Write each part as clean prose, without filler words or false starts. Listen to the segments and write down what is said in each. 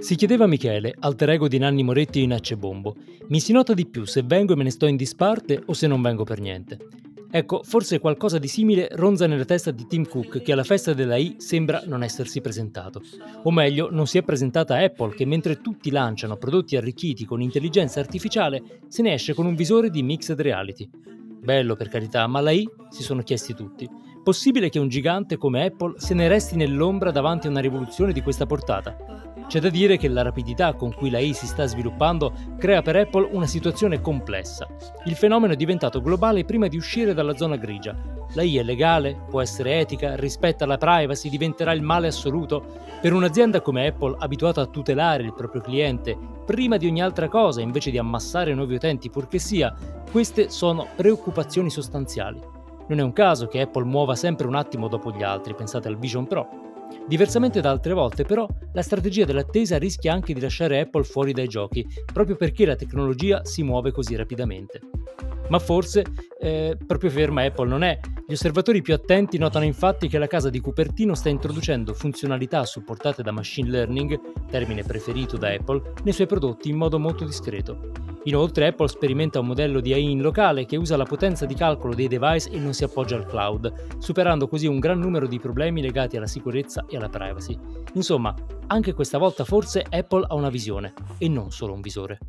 Si chiedeva Michele, alter ego di Nanni Moretti in Accebombo. Mi si nota di più se vengo e me ne sto in disparte o se non vengo per niente. Ecco, forse qualcosa di simile ronza nella testa di Tim Cook, che alla festa della I sembra non essersi presentato. O meglio, non si è presentata Apple, che mentre tutti lanciano prodotti arricchiti con intelligenza artificiale, se ne esce con un visore di mixed reality. Bello per carità, ma la I si sono chiesti tutti. Possibile che un gigante come Apple se ne resti nell'ombra davanti a una rivoluzione di questa portata? C'è da dire che la rapidità con cui la I si sta sviluppando crea per Apple una situazione complessa. Il fenomeno è diventato globale prima di uscire dalla zona grigia. La I è legale, può essere etica, rispetta la privacy, diventerà il male assoluto. Per un'azienda come Apple, abituata a tutelare il proprio cliente prima di ogni altra cosa, invece di ammassare nuovi utenti purché sia, queste sono preoccupazioni sostanziali. Non è un caso che Apple muova sempre un attimo dopo gli altri, pensate al Vision Pro. Diversamente da altre volte, però, la strategia dell'attesa rischia anche di lasciare Apple fuori dai giochi, proprio perché la tecnologia si muove così rapidamente. Ma forse, proprio ferma Apple non è. Gli osservatori più attenti notano infatti che la casa di Cupertino sta introducendo funzionalità supportate da machine learning, termine preferito da Apple, nei suoi prodotti in modo molto discreto. Inoltre Apple sperimenta un modello di AI in locale che usa la potenza di calcolo dei device e non si appoggia al cloud, superando così un gran numero di problemi legati alla sicurezza e alla privacy. Insomma, anche questa volta forse Apple ha una visione e non solo un visore.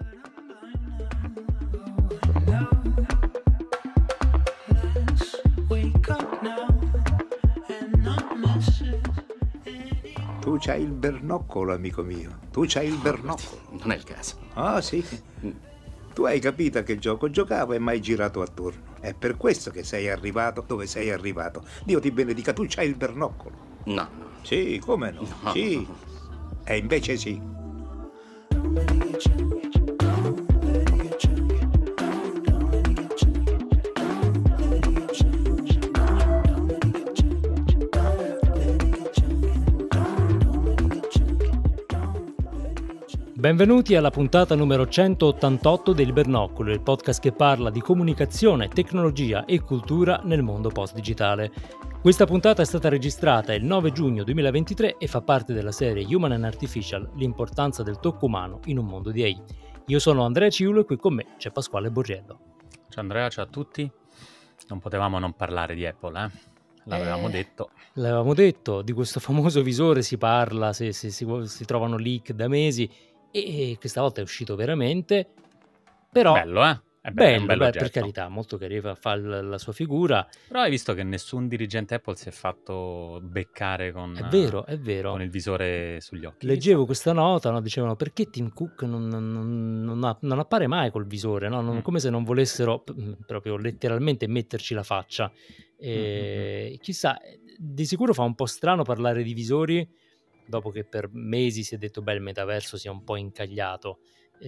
Tu c'hai il bernoccolo, amico mio. Tu c'hai il bernoccolo. Non è il caso. Ah, sì. Tu hai capito a che gioco giocavo e mai girato attorno. È per questo che sei arrivato dove sei arrivato. Dio ti benedica, tu c'hai il bernoccolo. No. Sì, come no? No. Sì. E invece sì. Benvenuti alla puntata numero 188 del Bernoccolo, il podcast che parla di comunicazione, tecnologia e cultura nel mondo post-digitale. Questa puntata è stata registrata il 9 giugno 2023 e fa parte della serie Human and Artificial, l'importanza del tocco umano in un mondo di AI. Io sono Andrea Ciulo e qui con me c'è Pasquale Borriello. Ciao Andrea, ciao a tutti. Non potevamo non parlare di Apple, eh? L'avevamo detto. L'avevamo detto, di questo famoso visore si parla, si trovano leak da mesi. E questa volta è uscito veramente, però bello, eh? È bello, un bello per oggetto. carità, molto carino, fa la sua figura. Però hai visto che nessun dirigente Apple si è fatto beccare con È vero. con il visore sugli occhi. Leggevo questa nota, no? Dicevano perché Tim Cook non appare mai col visore, no? Come se non volessero proprio letteralmente metterci la faccia. Chissà, di sicuro fa un po' strano parlare di visori dopo che per mesi si è detto il metaverso sia un po' incagliato.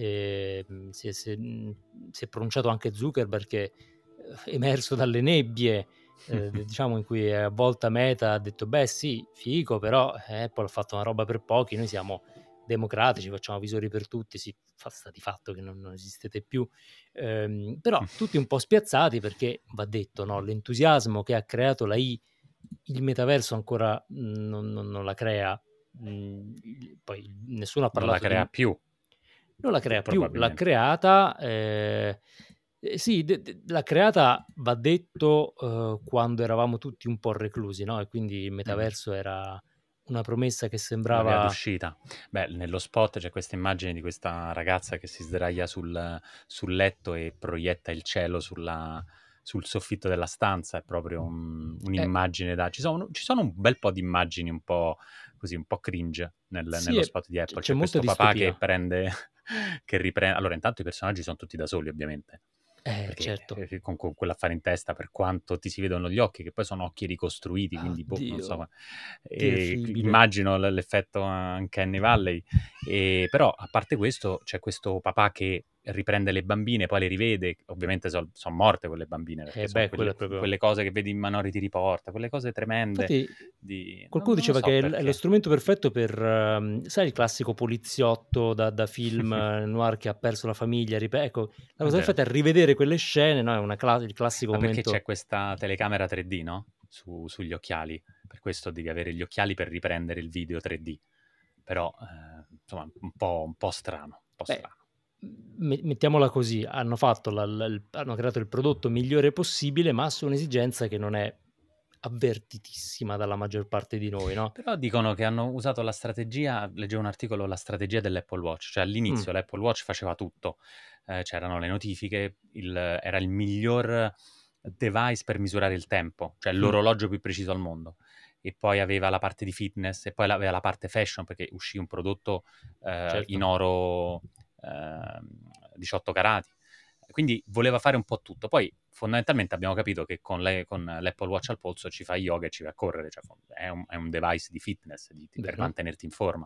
Si è pronunciato anche Zuckerberg che è emerso dalle nebbie, diciamo, in cui è avvolta Meta, ha detto sì, figo, però Apple ha fatto una roba per pochi, noi siamo democratici, facciamo visori per tutti, sta di fatto che non esistete più, però tutti un po' spiazzati perché va detto, no, l'entusiasmo che ha creato la I, il metaverso ancora non la crea. Poi nessuno ha parlato non la crea più. Non la crea più, l'ha creata, sì, l'ha creata, va detto, quando eravamo tutti un po' reclusi, no? E quindi il metaverso era una promessa che sembrava... Una via d'uscita. Nello spot c'è questa immagine di questa ragazza che si sdraia sul letto e proietta il cielo sul soffitto della stanza. È proprio un'immagine da... Ci sono un bel po' di immagini un po' così, un po' cringe nello spot di Apple. C'è questo papà che riprende... Allora, intanto i personaggi sono tutti da soli, ovviamente. Perché, certo. Con quell'affare in testa, per quanto ti si vedono gli occhi, che poi sono occhi ricostruiti, quindi non so, immagino l'effetto Uncanny Valley. Però a parte questo c'è questo papà che riprende le bambine, poi le rivede, ovviamente sono morte quelle bambine, perché sono quelle cose che vedi in Minority Report, quelle cose tremende. Infatti, qualcuno diceva che è lo strumento perfetto per, sai, il classico poliziotto da film noir che ha perso la famiglia, ecco, la cosa perfetta è rivedere quelle scene, no? È il classico momento. Perché c'è questa telecamera 3D, no? Sugli occhiali, per questo devi avere gli occhiali per riprendere il video 3D. Però insomma un po' strano, un po' Beh, strano. mettiamola così, hanno fatto hanno creato il prodotto migliore possibile, ma su un'esigenza che non è avvertitissima dalla maggior parte di noi, no? Però dicono che hanno usato la strategia, leggevo un articolo, la strategia dell'Apple Watch, cioè Mh, all'inizio l'Apple Watch faceva tutto, c'erano le notifiche, era il miglior device per misurare il tempo, cioè mh, l'orologio più preciso al mondo, e poi aveva la parte di fitness e poi aveva la parte fashion perché uscì un prodotto in certo. oro 18 carati. Quindi voleva fare un po' tutto. Poi fondamentalmente abbiamo capito che con l'Apple Watch al polso ci fai yoga e ci vai a correre, cioè è un device di fitness per Vero? mantenerti in forma.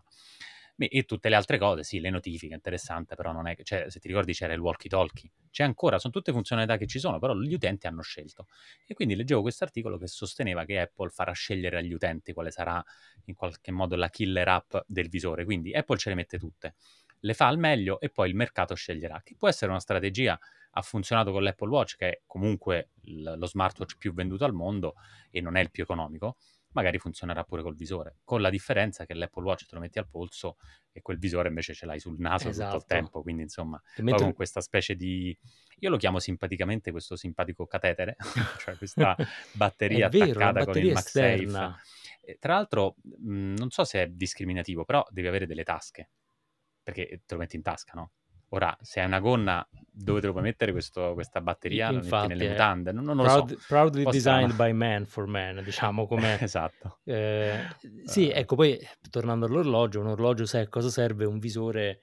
E tutte le altre cose, sì, le notifiche, interessante, però non è cioè, se ti ricordi c'era il walkie-talkie, c'è ancora, sono tutte funzionalità che ci sono, però gli utenti hanno scelto. E quindi leggevo questo articolo che sosteneva che Apple farà scegliere agli utenti quale sarà in qualche modo la killer app del visore, quindi Apple ce le mette tutte, le fa al meglio e poi il mercato sceglierà, che può essere una strategia. Ha funzionato con l'Apple Watch, che è comunque lo smartwatch più venduto al mondo e non è il più economico, magari funzionerà pure col visore, con la differenza che l'Apple Watch te lo metti al polso e quel visore invece ce l'hai sul naso tutto il Esatto. tempo, quindi insomma, Che poi con mentre questa specie di, io lo chiamo simpaticamente questo simpatico catetere, cioè questa è batteria vero, la attaccata con il batteria MagSafe. esterna. Tra l'altro, non so se è discriminativo, però devi avere delle tasche, perché te lo metti in tasca, no? Ora, se hai una gonna, dove te lo puoi mettere questa batteria? La metti nelle Infatti è mutande? Non lo so, un proudly po' strano. designed by man for man, diciamo come Esatto. ehm, sì, Eh, ecco poi tornando all'orologio, un orologio sai a cosa serve un visore,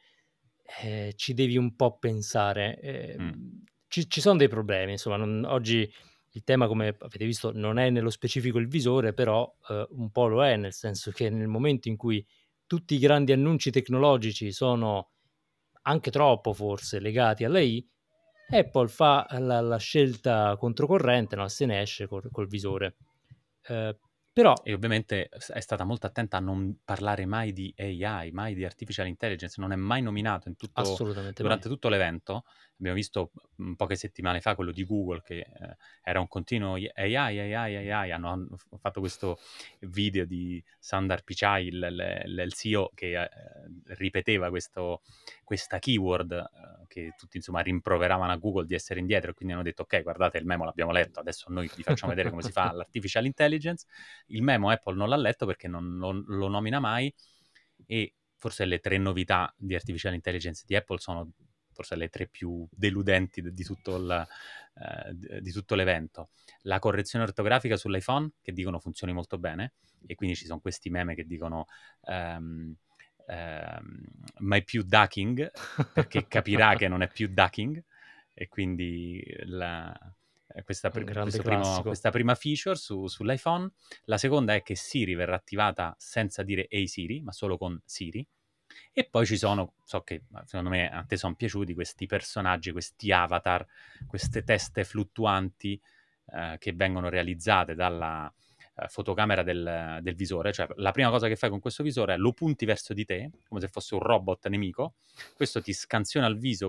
ci devi un po' pensare. mh, Ci son dei problemi, insomma, oggi il tema come avete visto non è nello specifico il visore, però, un po' lo è, nel senso che nel momento in cui tutti i grandi annunci tecnologici sono anche troppo forse legati all'AI, Apple fa la scelta controcorrente, no, se ne esce col visore. Ehm, però e ovviamente è stata molto attenta a non parlare mai di AI, mai di artificial intelligence, non è mai nominato assolutamente mai. durante tutto l'evento. Abbiamo visto, poche settimane fa quello di Google che, era un continuo AI, AI, AI, hanno fatto questo video di Sundar Pichai, il CEO che, ripeteva questa keyword, che tutti insomma rimproveravano a Google di essere indietro e quindi hanno detto: "Okay, guardate il memo l'abbiamo letto, adesso noi vi facciamo vedere come si fa l'artificial intelligence". Il memo Apple non l'ha letto perché non lo nomina mai e forse le 3 novità di artificial intelligence di Apple sono forse le 3 più deludenti di tutto di tutto l'evento. La correzione ortografica sull'iPhone, che dicono funzioni molto bene, e quindi ci son questi meme che dicono, ehm, ehm, mai più ducking, perché capirà che non è più ducking, e quindi Un grande classico. questa prima feature sull'iPhone. La seconda è che Siri verrà attivata senza dire Ehi Siri, ma solo con Siri. E poi ci sono, so che secondo me a te sono piaciuti questi personaggi, questi avatar, queste teste fluttuanti che vengono realizzate dalla fotocamera del visore. Cioè, la prima cosa che fai con questo visore è lo punti verso di te, come se fosse un robot nemico. Questo ti scansiona il viso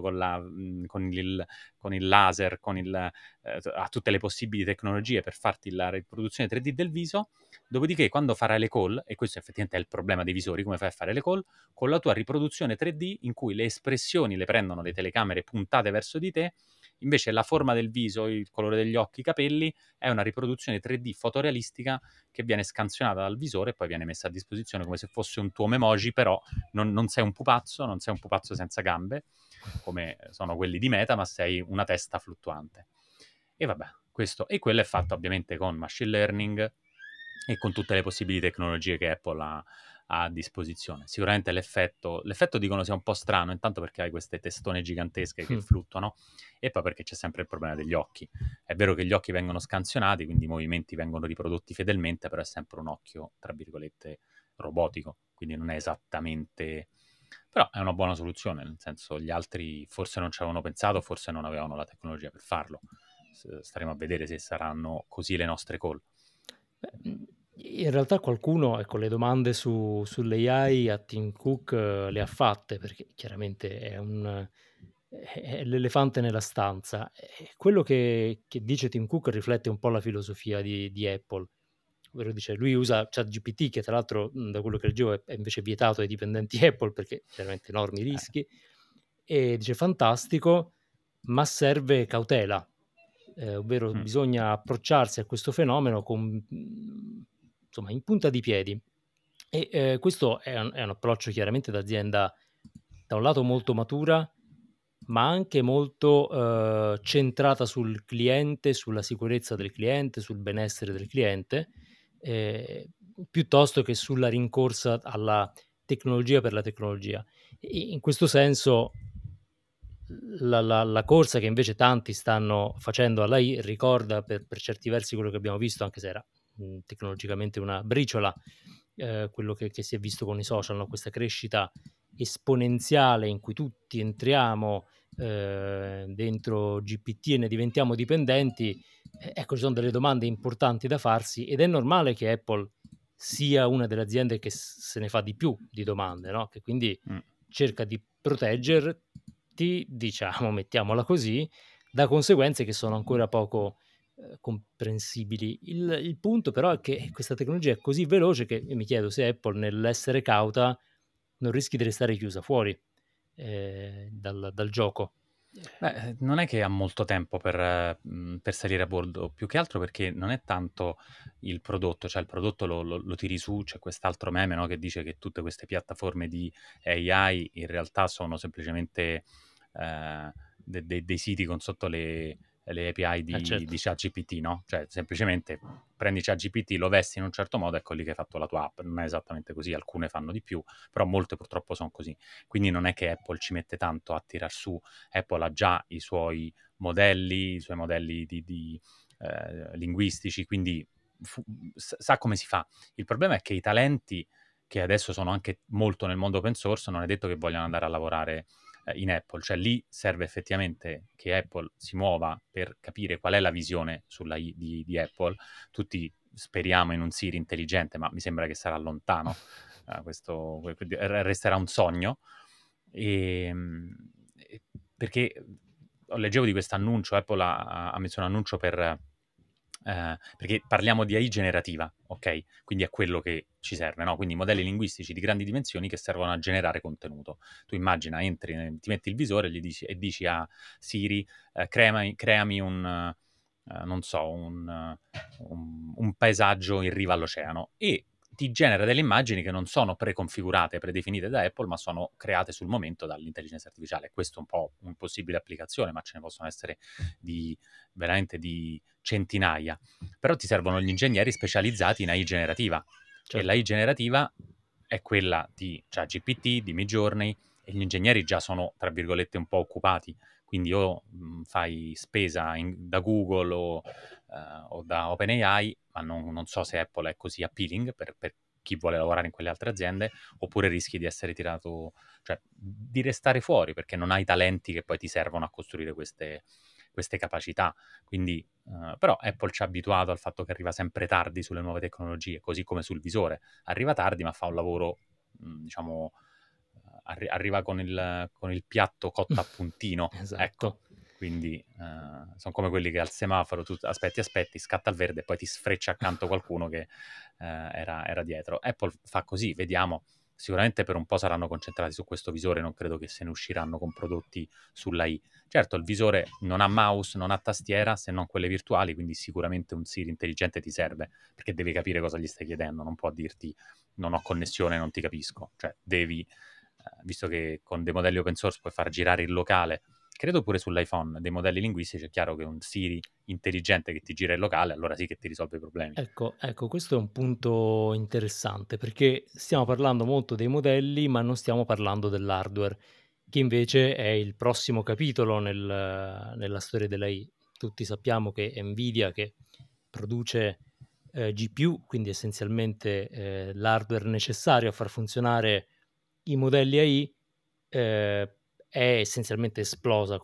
con il laser, ha tutte le possibili tecnologie per farti la riproduzione 3D del viso. Dopodiché, quando farai le call, e questo effettivamente è il problema dei visori, come fai a fare le call, con la tua riproduzione 3D in cui le espressioni le prendono le telecamere puntate verso di te, invece la forma del viso, il colore degli occhi, i capelli, è una riproduzione 3D fotorealistica che viene scansionata dal visore e poi viene messa a disposizione come se fosse un tuo memoji, però non sei un pupazzo, non sei un pupazzo senza gambe, come sono quelli di Meta, ma sei una testa fluttuante. E vabbè, questo e quello è fatto ovviamente con machine learning e con tutte le possibili tecnologie che Apple ha a disposizione. Sicuramente l'effetto dicono sia un po' strano, intanto perché hai queste testone gigantesche che Mh. fluttuano e poi perché c'è sempre il problema degli occhi. È vero che gli occhi vengono scansionati, quindi i movimenti vengono riprodotti fedelmente, però è sempre un occhio, tra virgolette, robotico, quindi non è esattamente. Però è una buona soluzione, nel senso gli altri forse non ci avevano pensato, forse non avevano la tecnologia per farlo. Staremo a vedere se saranno così le nostre call. In realtà qualcuno, ecco, le domande sull'AI a Tim Cook le ha fatte, perché chiaramente è l'elefante nella stanza. Quello che dice Tim Cook riflette un po' la filosofia di Apple, ovvero dice lui usa ChatGPT che tra l'altro, da quello che leggevo è invece vietato ai dipendenti Apple perché chiaramente enormi rischi, e dice: "Fantastico, ma serve cautela, ovvero Mm. bisogna approcciarsi a questo fenomeno con insomma in punta di piedi". E, questo è un approccio chiaramente d'azienda, da un lato molto matura, ma anche molto, centrata sul cliente, sulla sicurezza del cliente, sul benessere del cliente, ehm, piuttosto che sulla rincorsa alla tecnologia per la tecnologia. In questo senso la corsa che invece tanti stanno facendo all'AI ricorda per certi versi quello che abbiamo visto, anche se era, tecnologicamente una briciola, quello che si è visto con i social, no, questa crescita esponenziale in cui tutti entriamo, dentro GPT e ne diventiamo dipendenti. Ecco, ci sono delle domande importanti da farsi ed è normale che Apple sia una delle aziende che se ne fa di più di domande, no, che quindi Mm. cerca di proteggerti, diciamo, mettiamola così, da conseguenze che sono ancora poco, comprensibili. Il punto però è che questa tecnologia è così veloce che io mi chiedo se Apple nell'essere cauta non rischi di restare chiusa fuori, dal gioco. Beh, non è che ha molto tempo per salire a bordo, più che altro perché non è tanto il prodotto, cioè il prodotto lo tiri su, c'è quest'altro meme, no, che dice che tutte queste piattaforme di AI in realtà sono semplicemente dei siti con sotto le API di Certo. ChatGPT, no? Cioè semplicemente prendi ChatGPT, lo vesti in un certo modo, ecco lì che hai fatto la tua app. Non è esattamente così, alcune fanno di più, però molte purtroppo sono così. Quindi non è che Apple ci mette tanto a tirar su. Apple ha già i suoi modelli linguistici, quindi sa come si fa. Il problema è che i talenti, che adesso sono anche molto nel mondo open source, non è detto che vogliano andare a lavorare in Apple, cioè lì serve effettivamente che Apple si muova per capire qual è la visione sulla I di Apple. Tutti speriamo in un Siri intelligente, ma mi sembra che sarà lontano, resterà un sogno. Perché leggevo di questo annuncio, Apple ha messo un annuncio perché parliamo di AI generativa, ok? Quindi è quello che ci serve, no? Quindi modelli linguistici di grandi dimensioni che servono a generare contenuto. Tu immagina, entri, ti metti il visore e dici a Siri, creami non so, un paesaggio in riva all'oceano e ti genera delle immagini che non sono preconfigurate, predefinite da Apple, ma sono create sul momento dall'intelligenza artificiale. Questo è un po' una possibile applicazione, ma ce ne possono essere veramente di centinaia. Però ti servono gli ingegneri specializzati in AI generativa. E la AI Certo. generativa è quella di ChatGPT, di Midjourney, e gli ingegneri già sono, tra virgolette, un po' occupati. Quindi o fai spesa da Google o da OpenAI, ma non so se Apple è così appealing per chi vuole lavorare in quelle altre aziende, oppure rischi di essere tirato, cioè di restare fuori perché non hai talenti che poi ti servono a costruire queste capacità. Quindi, però Apple ci ha abituato al fatto che arriva sempre tardi sulle nuove tecnologie, così come sul visore. Arriva tardi, ma fa un lavoro, diciamo, arriva con il piatto cotto a puntino, ecco. Esatto. Quindi sono come quelli che al semaforo tu aspetti, scatta il verde e poi ti sfreccia accanto qualcuno che era dietro. Apple fa così, vediamo. Sicuramente per un po' saranno concentrati su questo visore, non credo che se ne usciranno con prodotti sulla I. Certo, il visore non ha mouse, non ha tastiera, se non quelle virtuali, quindi sicuramente un Siri intelligente ti serve, perché devi capire cosa gli stai chiedendo, non può dirti non ho connessione, non ti capisco. Cioè, devi, visto che con dei modelli open source puoi far girare il locale, credo pure sull'iPhone, dei modelli linguistici, è chiaro che un Siri intelligente che ti gira il locale, allora sì che ti risolve i problemi. Ecco, questo è un punto interessante perché stiamo parlando molto dei modelli, ma non stiamo parlando dell'hardware, che invece è il prossimo capitolo nella storia dell'AI. Tutti sappiamo che Nvidia, che produce GPU, quindi essenzialmente l'hardware necessario a far funzionare i modelli AI, è essenzialmente esplosa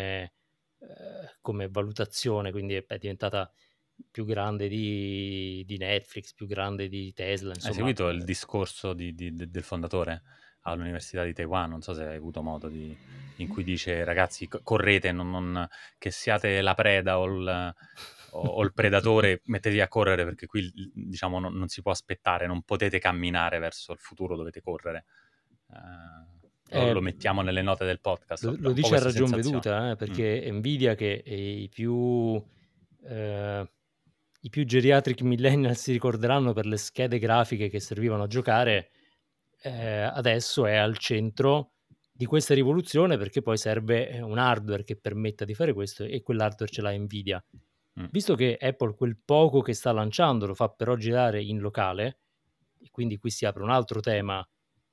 come valutazione, quindi è diventata più grande di Netflix, più grande di Tesla, Hai insomma, seguito il discorso del fondatore all'Università di Taiwan? Non so se hai avuto modo in cui dice ragazzi correte, che siate la preda o il predatore, mettetevi a correre perché qui diciamo non si può aspettare, non potete camminare verso il futuro, dovete correre. Lo Eh, mettiamo nelle note del podcast, lo un po' dice a questa ragion sensazione. veduta, perché Nvidia che i più geriatric millennial si ricorderanno per le schede grafiche che servivano a giocare, adesso è al centro di questa rivoluzione perché poi serve, un hardware che permetta di fare questo e quell'hardware ce l'ha Nvidia. Mm. Visto che Apple quel poco che sta lanciando lo fa però girare in locale, e quindi qui si apre un altro tema,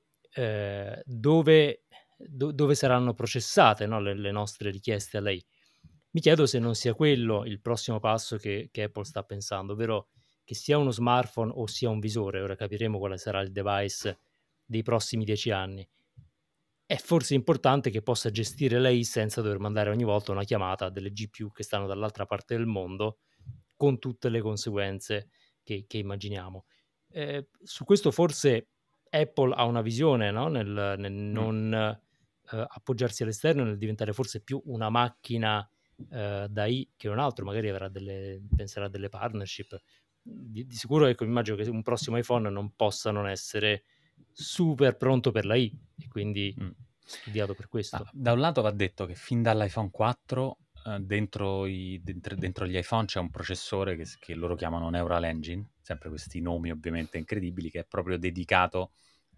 dove saranno processate, no, le nostre richieste a lei. Mi chiedo se non sia quello il prossimo passo che Apple sta pensando, ovvero che sia uno smartphone o sia un visore, ora capiremo quale sarà il device dei prossimi 10 anni. È forse importante che possa gestire lei senza dover mandare ogni volta una chiamata a delle GPU che stanno dall'altra parte del mondo, con tutte le conseguenze che immaginiamo. Su questo forse Apple ha una visione, no, nel non, appoggiarsi all'esterno, nel diventare forse più una macchina, da che un altro, magari penserà a delle partnership. Di sicuro, ecco, immagino che un prossimo iPhone non possa non essere super pronto per l'AI e quindi Mm. studiato per questo. Da un lato va detto che fin dall'iPhone 4 dentro gli iPhone c'è un processore che loro chiamano Neural Engine, sempre questi nomi ovviamente incredibili, che è proprio dedicato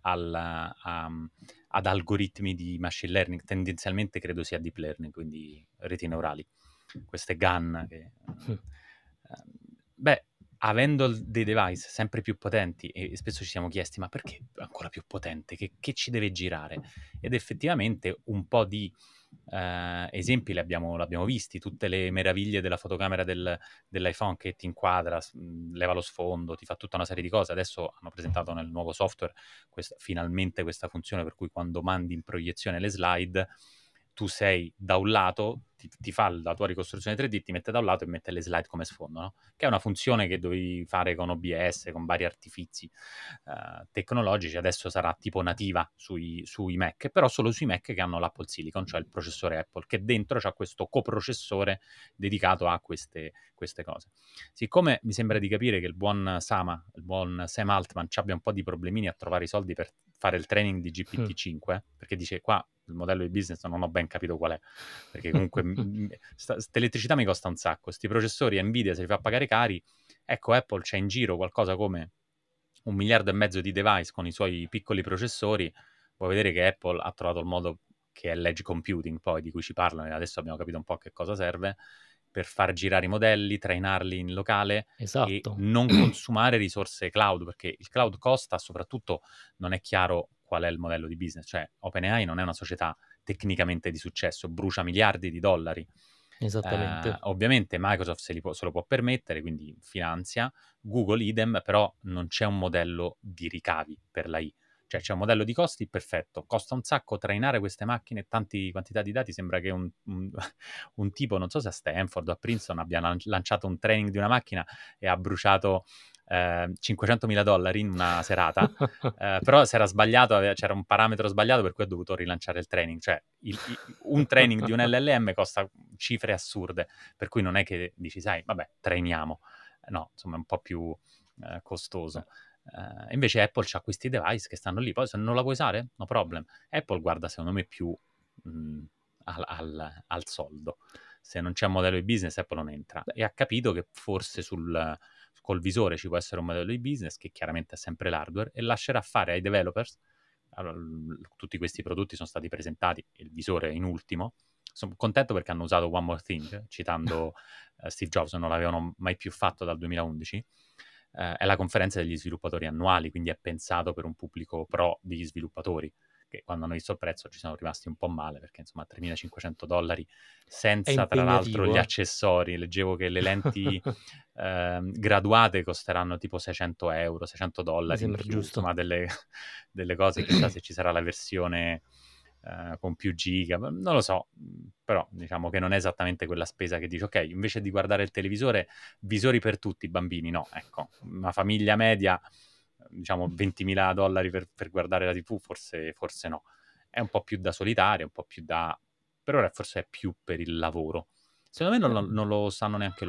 ad algoritmi di machine learning, tendenzialmente credo sia deep learning, quindi reti neurali, queste GAN beh, avendo dei device sempre più potenti, e spesso ci siamo chiesti ma perché ancora più potente, che ci deve girare? Ed effettivamente un po' di esempi l'abbiamo visti, tutte le meraviglie della fotocamera dell'iPhone che ti inquadra, leva lo sfondo, ti fa tutta una serie di cose. Adesso hanno presentato nel nuovo software finalmente questa funzione per cui quando mandi in proiezione le slide tu sei da un lato, ti fa la tua ricostruzione 3D, ti mette da un lato e mette le slide come sfondo, no? Che è una funzione che dovevi fare con OBS, con vari artifici tecnologici, adesso sarà tipo nativa sui Mac, però solo sui Mac che hanno l'Apple Silicon, cioè il processore Apple, che dentro c'ha questo coprocessore dedicato a queste cose. Siccome mi sembra di capire che il buon Sam Altman abbia un po' di problemini a trovare i soldi per fare il training di GPT-5, perché dice qua il modello di business non ho ben capito qual è, perché comunque elettricità mi costa un sacco, sti processori Nvidia se li fa pagare cari, ecco Apple c'è in giro qualcosa come 1,5 miliardi di device con i suoi piccoli processori, puoi vedere che Apple ha trovato il modo, che è l'edge computing poi di cui ci parlano e adesso abbiamo capito un po' che cosa serve, per far girare i modelli, trainarli in locale e Esatto. non consumare risorse cloud, perché il cloud costa, soprattutto non è chiaro qual è il modello di business, cioè OpenAI non è una società tecnicamente di successo, brucia miliardi di dollari. Esattamente. Ovviamente Microsoft se lo può permettere, quindi finanzia, Google idem, però non c'è un modello di ricavi per la I. Cioè c'è un modello di costi perfetto, costa un sacco trainare queste macchine, tante quantità di dati, sembra che un tipo, non so se a Stanford o a Princeton abbia lanciato un training di una macchina e ha bruciato $500.000 in una serata, però si era sbagliato, c'era un parametro sbagliato per cui ha dovuto rilanciare il training, cioè un training di un LLM costa cifre assurde, per cui non è che dici, sai, vabbè, trainiamo, no, insomma è un po' più costoso. Invece Apple ha questi device che stanno lì, poi se non la puoi usare, no problem. Apple guarda secondo me più al soldo. Se non c'è un modello di business Apple non entra e ha capito che forse col visore ci può essere un modello di business che chiaramente è sempre l'hardware e lascerà fare ai developers. Allora, tutti questi prodotti sono stati presentati, il visore in ultimo. Sono contento perché hanno usato One More Thing, citando Steve Jobs, non l'avevano mai più fatto dal 2011. È la conferenza degli sviluppatori annuali, quindi è pensato per un pubblico pro degli sviluppatori, che quando hanno visto il prezzo ci sono rimasti un po' male, perché insomma $3.500 È senza tra l'altro gli impegnativo, accessori. Leggevo che le lenti graduate costeranno tipo €600, mi $600 in sembra più, giusto. insomma delle cose, chissà se ci sarà la versione con più giga, non lo so, però diciamo che non è esattamente quella spesa che dici, ok, invece di guardare il televisore, visori per tutti i bambini, no, ecco, una famiglia media, diciamo $20.000 per guardare la TV, forse no, è un po' più da solitaria, un po' più da, per ora forse è più per il lavoro, secondo me non lo sanno neanche loro.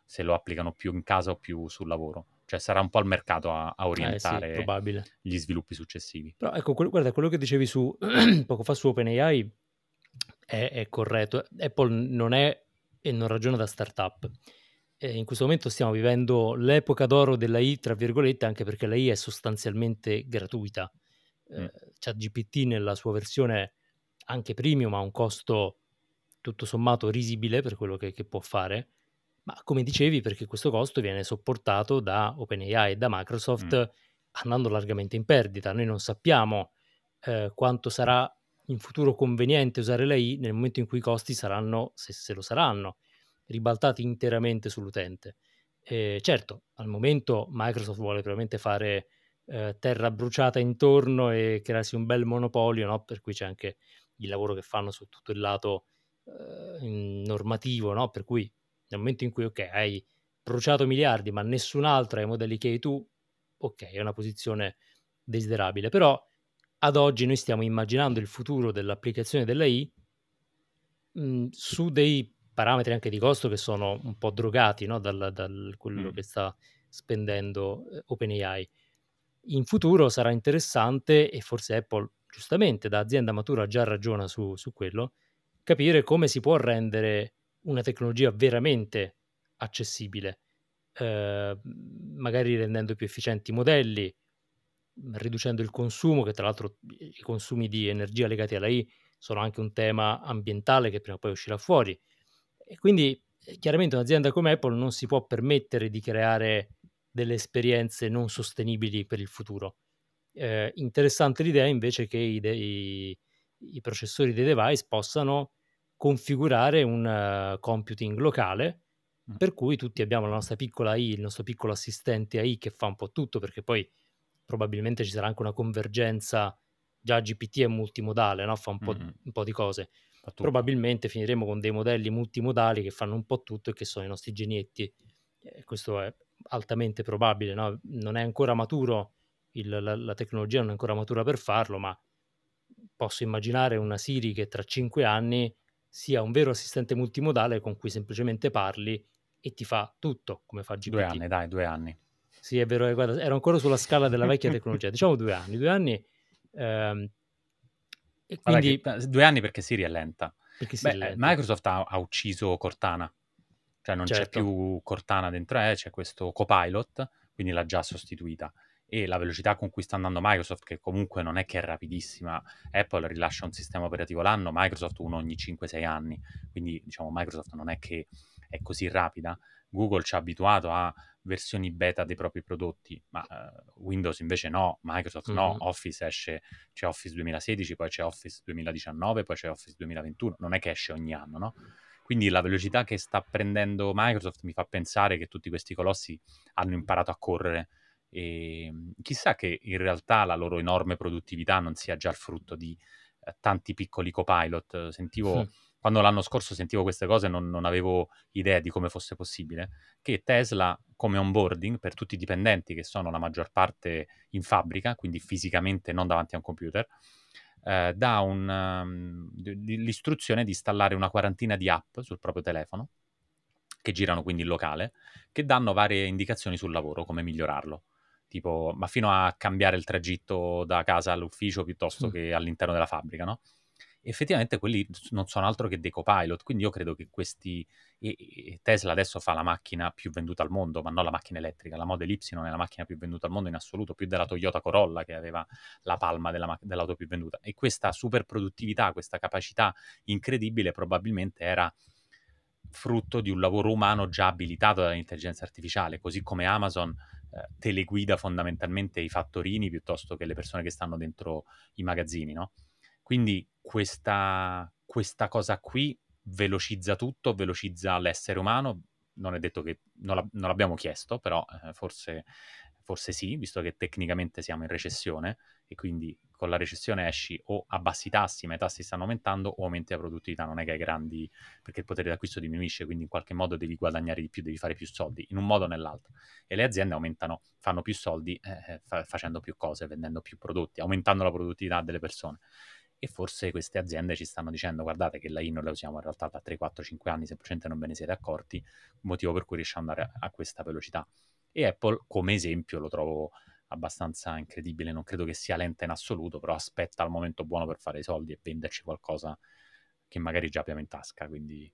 se lo applicano più in casa o più sul lavoro. Cioè sarà un po' il mercato a Sì, orientare probabile. gli sviluppi successivi. Però ecco, guarda, quello che dicevi su poco fa su OpenAI è corretto. Apple non è e non ragiona da startup. In questo momento stiamo vivendo l'epoca d'oro dell'AI, tra virgolette, anche perché l'AI è sostanzialmente gratuita. Mm. ChatGPT nella sua versione anche premium ha un costo tutto sommato risibile per quello che può fare, ma come dicevi, perché questo costo viene sopportato da OpenAI e da Mm. Microsoft andando largamente in perdita. Noi non sappiamo quanto sarà in futuro conveniente usare l'AI nel momento in cui i costi saranno, se lo saranno, ribaltati interamente sull'utente. Certo, al momento Microsoft vuole probabilmente fare terra bruciata intorno e crearsi un bel monopolio, no? Per cui c'è anche il lavoro che fanno su tutto il lato normativo, no? Per cui nel momento in cui, ok, hai bruciato miliardi, ma nessun altro ha i modelli che hai tu, ok, è una posizione desiderabile. Però ad oggi noi stiamo immaginando il futuro dell'applicazione dell'AI su dei parametri anche di costo che sono un po' drogati, no, dal quello Mm. che sta spendendo, OpenAI. In futuro sarà interessante, e forse Apple giustamente da azienda matura già ragiona su quello, capire come si può rendere una tecnologia veramente accessibile, magari rendendo più efficienti i modelli, riducendo il consumo, che tra l'altro i consumi di energia legati all'AI sono anche un tema ambientale che prima o poi uscirà fuori. E quindi, chiaramente un'azienda come Apple non si può permettere di creare delle esperienze non sostenibili per il futuro. Interessante l'idea invece che i processori dei device possano configurare un computing locale, Mm. per cui tutti abbiamo la nostra piccola AI, il nostro piccolo assistente AI che fa un po' tutto, perché poi probabilmente ci sarà anche una convergenza, già GPT è multimodale, no, fa Mm. un po' di cose. Fa tutto. Probabilmente finiremo con dei modelli multimodali che fanno un po' tutto e che sono i nostri genietti. Questo è altamente probabile, no, non è ancora maturo la tecnologia non è ancora matura per farlo, ma posso immaginare una Siri che tra 5 anni sia un vero assistente multimodale con cui semplicemente parli e ti fa tutto come fa 2 GPT. anni, dai, 2 anni. Sì, è vero, guarda, ero ancora sulla scala della vecchia tecnologia, diciamo 2 anni. 2 anni, ehm, e Guarda che quindi 2 anni perché Siri è lenta. perché si Beh, rallenta. Microsoft ha ucciso Cortana, cioè non c'è Certo. più Cortana dentro, c'è questo Copilot, quindi l'ha già sostituita. E la velocità con cui sta andando Microsoft, che comunque non è che è rapidissima, Apple rilascia un sistema operativo l'anno, Microsoft uno ogni 5-6 anni, quindi diciamo Microsoft non è che è così rapida. Google ci ha abituato a versioni beta dei propri prodotti, ma Windows invece no, Microsoft no, Mh-mh. Office esce, c'è Office 2016, poi c'è Office 2019, poi c'è Office 2021, non è che esce ogni anno, no? Quindi la velocità che sta prendendo Microsoft mi fa pensare che tutti questi colossi hanno imparato a correre e chissà che in realtà la loro enorme produttività non sia già il frutto di tanti piccoli copilot. Mh. Quando l'anno scorso sentivo queste cose non avevo idea di come fosse possibile, che Tesla come onboarding per tutti i dipendenti che sono la maggior parte in fabbrica, quindi fisicamente non davanti a un computer, dà l'istruzione di installare una quarantina di app sul proprio telefono, che girano quindi in locale, che danno varie indicazioni sul lavoro, come migliorarlo. Tipo, ma fino a cambiare il tragitto da casa all'ufficio piuttosto che all'interno della fabbrica, no? Effettivamente quelli non sono altro che dei copilot, quindi io credo che questi... E Tesla adesso fa la macchina più venduta al mondo, ma non la macchina elettrica, la Model Y è la macchina più venduta al mondo in assoluto, più della Toyota Corolla che aveva la palma dell'auto più venduta. E questa super produttività, questa capacità incredibile probabilmente era frutto di un lavoro umano già abilitato dall'intelligenza artificiale, così come Amazon teleguida fondamentalmente i fattorini piuttosto che le persone che stanno dentro i magazzini, no? Quindi questa cosa qui velocizza tutto, velocizza l'essere umano. Non è detto che non l'abbiamo chiesto, però forse sì, visto che tecnicamente siamo in recessione e quindi con la recessione esci o abbassi i tassi, ma i tassi stanno aumentando, o aumenti la produttività, non è che hai grandi... perché il potere d'acquisto diminuisce, quindi in qualche modo devi guadagnare di più, devi fare più soldi, in un modo o nell'altro. E le aziende fanno più soldi facendo più cose, vendendo più prodotti, aumentando la produttività delle persone. e forse queste aziende ci stanno dicendo guardate che la I noi la usiamo in realtà da 3, 4, 5 anni, semplicemente non ve ne siete accorti, motivo per cui riesce ad andare a questa velocità. E Apple come esempio lo trovo abbastanza incredibile, non credo che sia lenta in assoluto, però aspetta il momento buono per fare i soldi e venderci qualcosa che magari già abbiamo in tasca, quindi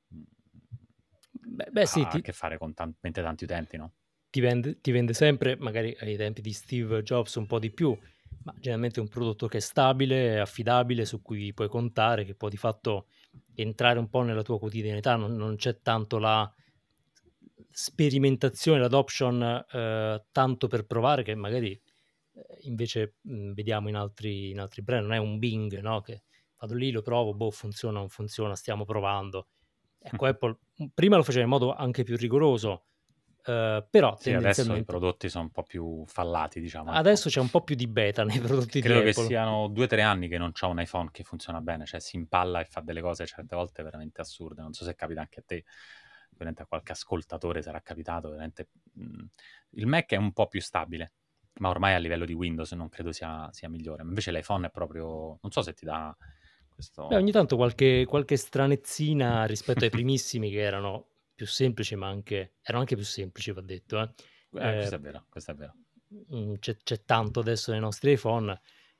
Sì, ha a che fare con talmente tanti utenti, no? ti vende sempre, magari ai tempi di Steve Jobs un po' di più, ma generalmente è un prodotto che è stabile, affidabile, su cui puoi contare, che può di fatto entrare un po' nella tua quotidianità, non c'è tanto la sperimentazione, l'adoption, tanto per provare, che magari invece vediamo in altri brand. Non è un Bing, no? Che vado lì, lo provo, boh, funziona, non funziona, stiamo provando. Ecco, Apple prima lo faceva in modo anche più rigoroso, però Sì, adesso i tendenzialmente prodotti sono un po' più fallati, diciamo, ecco. adesso c'è un po' più di beta nei prodotti di Credo che Apple. siano 2, 3 anni che non c'ho un iPhone che funziona bene, cioè si impalla e fa delle cose certe volte veramente assurde. Non so se capita anche a te, veramente a qualche ascoltatore sarà capitato, veramente. Il Mac è un po' più stabile, ma ormai a livello di Windows non credo sia migliore. Invece l'iPhone è proprio, non so se ti dà Beh, ogni questo... tanto qualche stranezzina rispetto ai primissimi, che erano più semplici, ma erano anche più semplici, va detto, eh. Questo è vero, questo è vero. C'è tanto adesso nei nostri iPhone,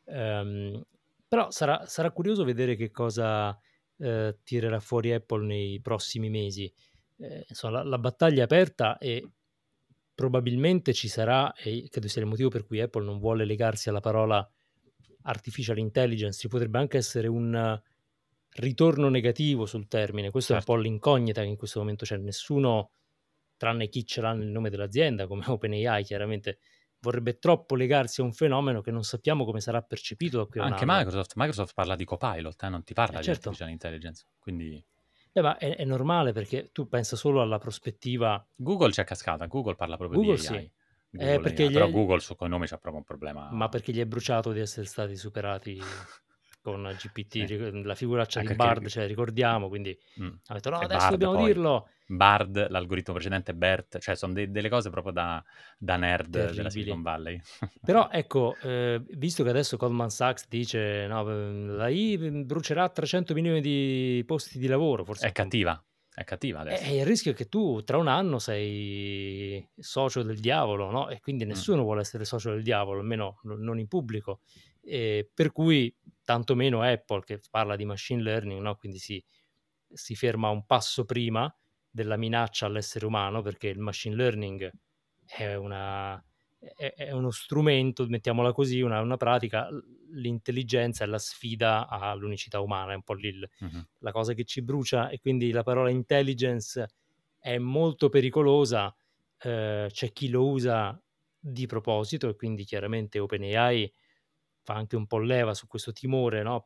però sarà curioso vedere che cosa tirerà fuori Apple nei prossimi mesi. Insomma, la battaglia è aperta e probabilmente ci sarà, e credo sia il motivo per cui Apple non vuole legarsi alla parola artificial intelligence. Ci potrebbe anche essere un ritorno negativo sul termine. Questo è un po' Certo. l'incognita che in questo momento c'è. Nessuno, tranne chi ce l'ha nel nome dell'azienda, come OpenAI chiaramente, vorrebbe troppo legarsi a un fenomeno che non sappiamo come sarà percepito da qui a un Anche anno. Microsoft parla di Copilot, non ti parla di Certo, artificial intelligence, quindi... ma è normale, perché tu pensa solo alla prospettiva. Google c'è cascata, Google parla proprio di Google sì, AI, Google perché AI, però Google sul cognome c'ha proprio un ma problema. perché gli è bruciato di essere stati superati con GPT, Sì, la figuraccia di anche Bard perché ce la ricordiamo, quindi mm, ha detto: "No, e adesso Bard dobbiamo poi, dirlo." Bard, l'algoritmo precedente Bert, cioè sono delle cose proprio da nerd della Terribili. Silicon Valley. Però ecco, visto che adesso Goldman Sachs dice: "No, l'AI brucerà 300 milioni di posti di lavoro", forse anche un po'. È cattiva adesso. Il rischio è che tu tra un anno sei socio del diavolo, no, e quindi Mm. nessuno vuole essere socio del diavolo, almeno non in pubblico. Per cui tantomeno Apple, che parla di machine learning, no, quindi si ferma un passo prima della minaccia all'essere umano, perché il machine learning è una è uno strumento, mettiamola così, una pratica. L'intelligenza è la sfida all'unicità umana, è un po' lì Mhm. la cosa che ci brucia, e quindi la parola intelligence è molto pericolosa. C'è chi lo usa di proposito, e quindi chiaramente OpenAI fa anche un po' leva su questo timore, no,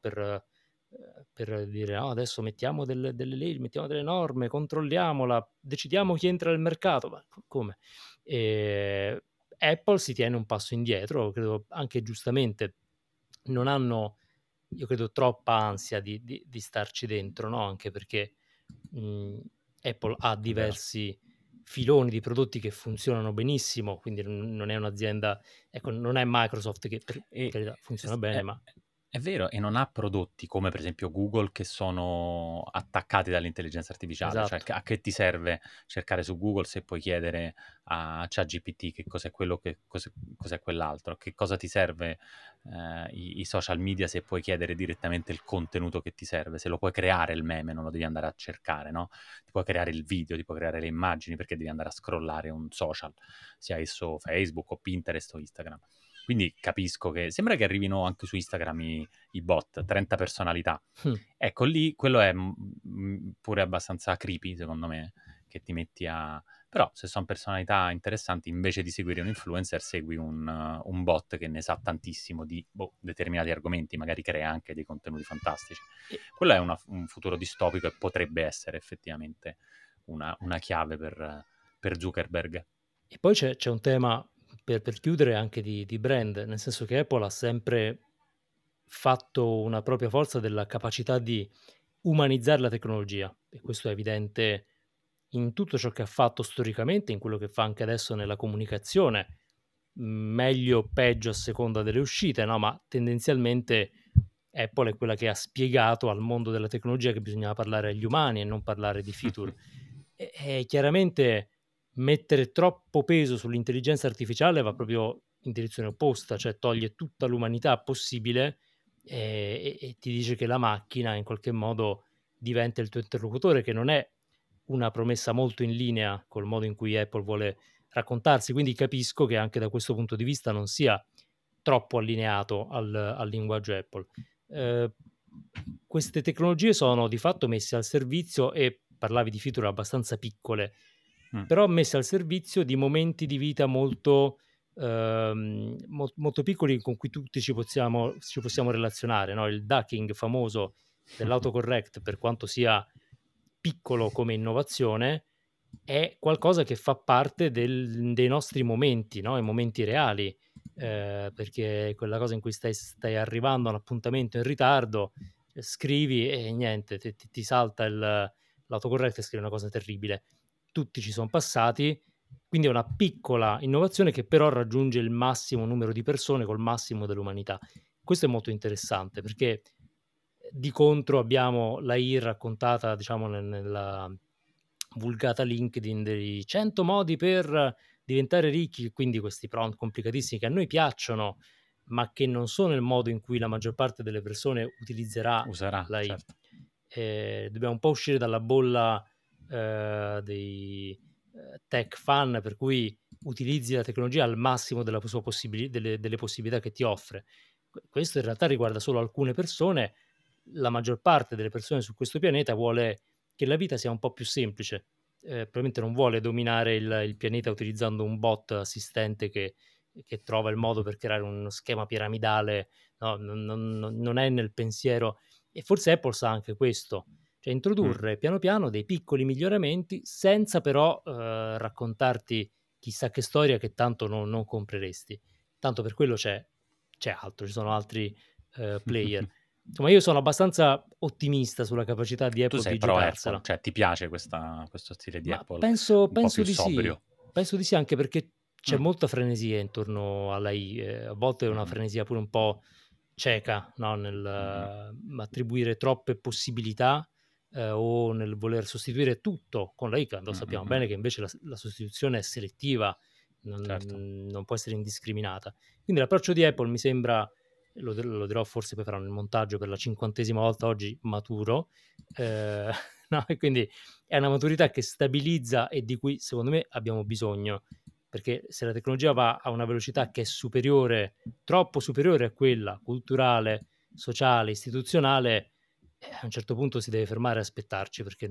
per dire: "No, adesso mettiamo delle leggi, mettiamo delle norme, controlliamola, decidiamo chi entra nel mercato." Ma come? Ehm, Apple si tiene un passo indietro, credo anche giustamente. Non hanno, io credo, troppa ansia di starci dentro, no, anche perché, mhmm, Apple ha È vero. diversi filoni di prodotti che funzionano benissimo, quindi non è un'azienda, ecco, non è Microsoft, che per E carità funziona s bene, ma è vero, e non ha prodotti come per esempio Google che sono attaccati dall'intelligenza artificiale, cioè esatto. a che ti serve cercare su Google se puoi chiedere a ChatGPT che cos'è quello, che cos'è quell'altro, che cosa ti serve i social media se puoi chiedere direttamente il contenuto che ti serve, se lo puoi creare il meme, non lo devi andare a cercare, no? Ti puoi creare il video, ti puoi creare le immagini, perché devi andare a scrollare un social, sia esso Facebook o Pinterest o Instagram. Quindi capisco che sembra che arrivino anche su Instagram i bot, 30 personalità. Mh. Ecco, lì quello è pure abbastanza creepy, secondo me, che ti metti a... Però se sono personalità interessanti, invece di seguire un influencer, segui un bot che ne sa tantissimo di determinati argomenti, magari crea anche dei contenuti fantastici. E Quello è un futuro distopico e potrebbe essere effettivamente una chiave per Zuckerberg. e poi c'è un tema, per chiudere, anche di brand, nel senso che Apple ha sempre fatto una propria forza della capacità di umanizzare la tecnologia, e questo è evidente in tutto ciò che ha fatto storicamente, in quello che fa anche adesso nella comunicazione, meglio o peggio a seconda delle uscite, no, ma tendenzialmente Apple è quella che ha spiegato al mondo della tecnologia che bisognava parlare agli umani e non parlare di feature. E chiaramente mettere troppo peso sull'intelligenza artificiale va proprio in direzione opposta, cioè toglie tutta l'umanità possibile, e ti dice che la macchina in qualche modo diventa il tuo interlocutore, che non è una promessa molto in linea col modo in cui Apple vuole raccontarsi. Quindi capisco che anche da questo punto di vista non sia troppo allineato al linguaggio Apple. Ehm, Queste tecnologie sono di fatto messe al servizio, e parlavi di feature abbastanza piccole, Mh. però messe al servizio di momenti di vita molto, molto piccoli con cui tutti ci possiamo relazionare, no, il ducking famoso dell'autocorrect, per quanto sia piccolo come innovazione, è qualcosa che fa parte dei nostri momenti, no, i momenti reali, perché quella cosa in cui stai arrivando a un appuntamento in ritardo, scrivi e niente, ti salta l'autocorrect e scrivi una cosa terribile. Tutti ci son passati, quindi è una piccola innovazione che però raggiunge il massimo numero di persone col massimo dell'umanità. Questo è molto interessante perché, di contro abbiamo l'AI raccontata, diciamo, nella vulgata LinkedIn dei 100 modi per diventare ricchi, quindi questi prompt complicatissimi che a noi piacciono, ma che non sono il modo in cui la maggior parte delle persone utilizzerà Userà, l'AI. certo. Dobbiamo un po' uscire dalla bolla, dei, tech fan, per cui utilizzi la tecnologia al massimo della sua delle possibilità che ti offre. Questo in realtà riguarda solo alcune persone. La maggior parte delle persone su questo pianeta vuole che la vita sia un po' più semplice. Probabilmente non vuole dominare il pianeta utilizzando un bot assistente che trova il modo per creare uno schema piramidale, no, non è nel pensiero, e forse Apple sa anche questo, cioè Mh. introdurre piano piano dei piccoli miglioramenti senza però, raccontarti chissà che storia che tanto non compreresti. Tanto per quello c'è altro, ci sono altri, player. Insomma, io sono abbastanza ottimista sulla capacità di Tu Apple sei di pro Apple, giocarsela. cioè ti piace questo stile di Ma Apple penso un po' penso più di sì. sobrio? Penso di sì, anche perché c'è Mh. molta frenesia intorno all'AI, a volte è una Mh-mh. frenesia pure un po' cieca, no, Mh-mh. attribuire troppe possibilità, o nel voler sostituire tutto con l'AI, quando sappiamo Mh-mh-mh. bene che invece la sostituzione è selettiva, Certo. non può essere indiscriminata. Quindi l'approccio di Apple mi sembra, lo dirò forse poi faranno il montaggio per la 50ª volta oggi, maturo, ehm, no, e quindi è una maturità che stabilizza e di cui secondo me abbiamo bisogno, perché se la tecnologia va a una velocità che è superiore, troppo superiore a quella culturale, sociale, istituzionale, a un certo punto si deve fermare e aspettarci, perché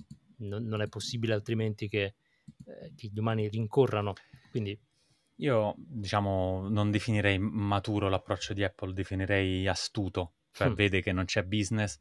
non è possibile altrimenti che gli umani rincorrano. Quindi Io, diciamo, non definirei maturo l'approccio di Apple, definirei astuto, cioè vede che non c'è business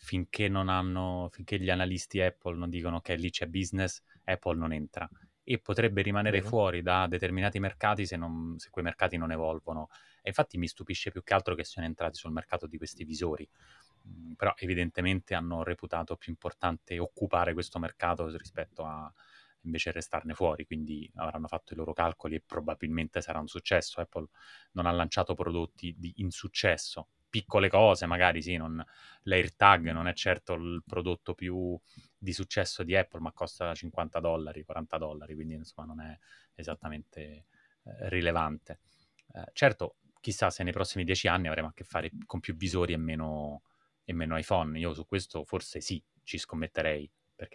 finché gli analisti Apple non dicono ok, lì c'è business, Apple non entra e potrebbe rimanere vero? fuori da determinati mercati se quei mercati non evolvono. E infatti mi stupisce più che altro che siano entrati sul mercato di questi visori. Però evidentemente hanno reputato più importante occupare questo mercato rispetto a invece restarne fuori, quindi avranno fatto i loro calcoli e probabilmente sarà un successo. Apple non ha lanciato prodotti di insuccesso, piccole cose magari, sì, l'AirTag non è certo il prodotto più di successo di Apple, ma costa $50, $40, quindi insomma non è esattamente rilevante. Certo, chissà se nei prossimi 10 anni avremo a che fare con più visori e meno iPhone. Io su questo forse sì, ci scommetterei,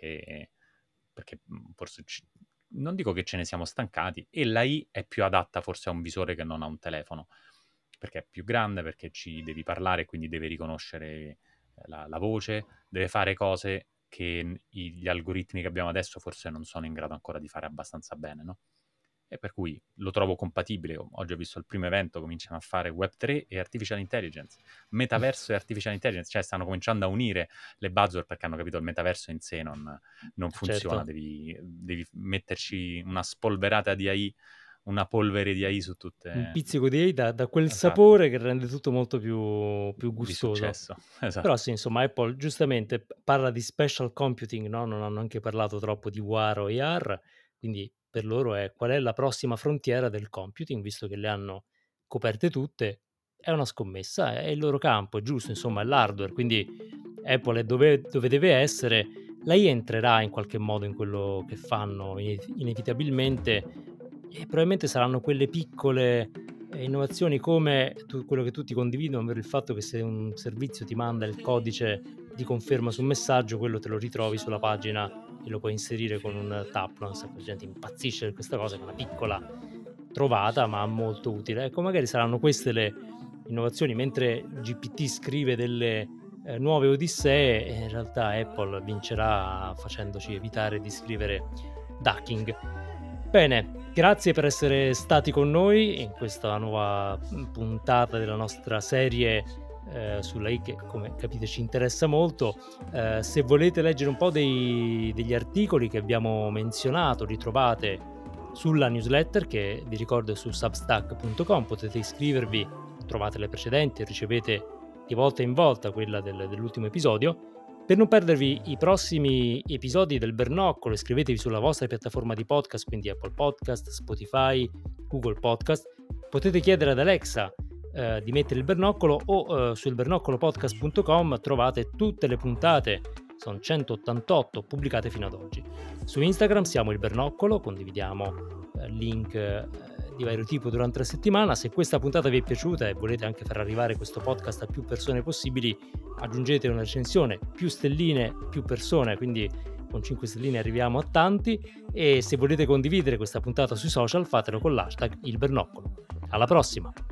perché forse non dico che ce ne siamo stancati, e la I è più adatta forse a un visore che non a un telefono, perché è più grande, perché ci devi parlare, quindi deve riconoscere la voce, deve fare cose che gli algoritmi che abbiamo adesso forse non sono in grado ancora di fare abbastanza bene, no? E per cui lo trovo compatibile. Oggi ho visto il primo evento, cominciano a fare Web3 e Artificial Intelligence, metaverso e Artificial Intelligence, cioè stanno cominciando a unire le buzzword perché hanno capito che il metaverso in sé non funziona, Certo. devi metterci una spolverata di AI, una polvere di AI su Un tutte. pizzico di AI dà quel Esatto, sapore che rende tutto molto più di gustoso. successo, Però esatto. sì, insomma, Apple giustamente parla di special computing, no, non hanno anche parlato troppo di VR o AR, quindi per loro è: qual è la prossima frontiera del computing, visto che le hanno coperte tutte, è una scommessa, è il loro campo, è giusto, insomma, è l'hardware, quindi Apple è dove deve essere. Lei entrerà in qualche modo in quello che fanno inevitabilmente, e probabilmente saranno quelle piccole innovazioni come quello che tutti condividono, ovvero il fatto che se un servizio ti manda il codice di conferma su un messaggio, quello te lo ritrovi sulla pagina e lo puoi inserire con un tap. Un sacco di gente impazzisce per questa cosa, che è una piccola trovata ma molto utile. Ecco, magari saranno queste le innovazioni. Mentre GPT scrive delle nuove odissee, in realtà Apple vincerà facendoci evitare di scrivere ducking. Bene, grazie per essere stati con noi in questa nuova puntata della nostra serie sulla I, che come capite ci interessa molto. Se volete leggere un po' degli articoli che abbiamo menzionato, li trovate sulla newsletter, che vi ricordo è su substack.com. Potete iscrivervi, trovate le precedenti, ricevete di volta in volta quella dell'ultimo episodio. Per non perdervi i prossimi episodi del Bernoccolo, iscrivetevi sulla vostra piattaforma di podcast, quindi Apple Podcast, Spotify, Google Podcast. Potete chiedere ad Alexa di mettere il Bernoccolo, o sul bernoccolopodcast.com trovate tutte le puntate, sono 188 pubblicate fino ad oggi. Su Instagram siamo il Bernoccolo, condividiamo link di vario tipo durante la settimana. Se questa puntata vi è piaciuta e volete anche far arrivare questo podcast a più persone possibili, aggiungete una recensione, più stelline, più persone, quindi con 5 stelline arriviamo a tanti. E se volete condividere questa puntata sui social, fatelo con l'hashtag il Bernoccolo. Alla prossima!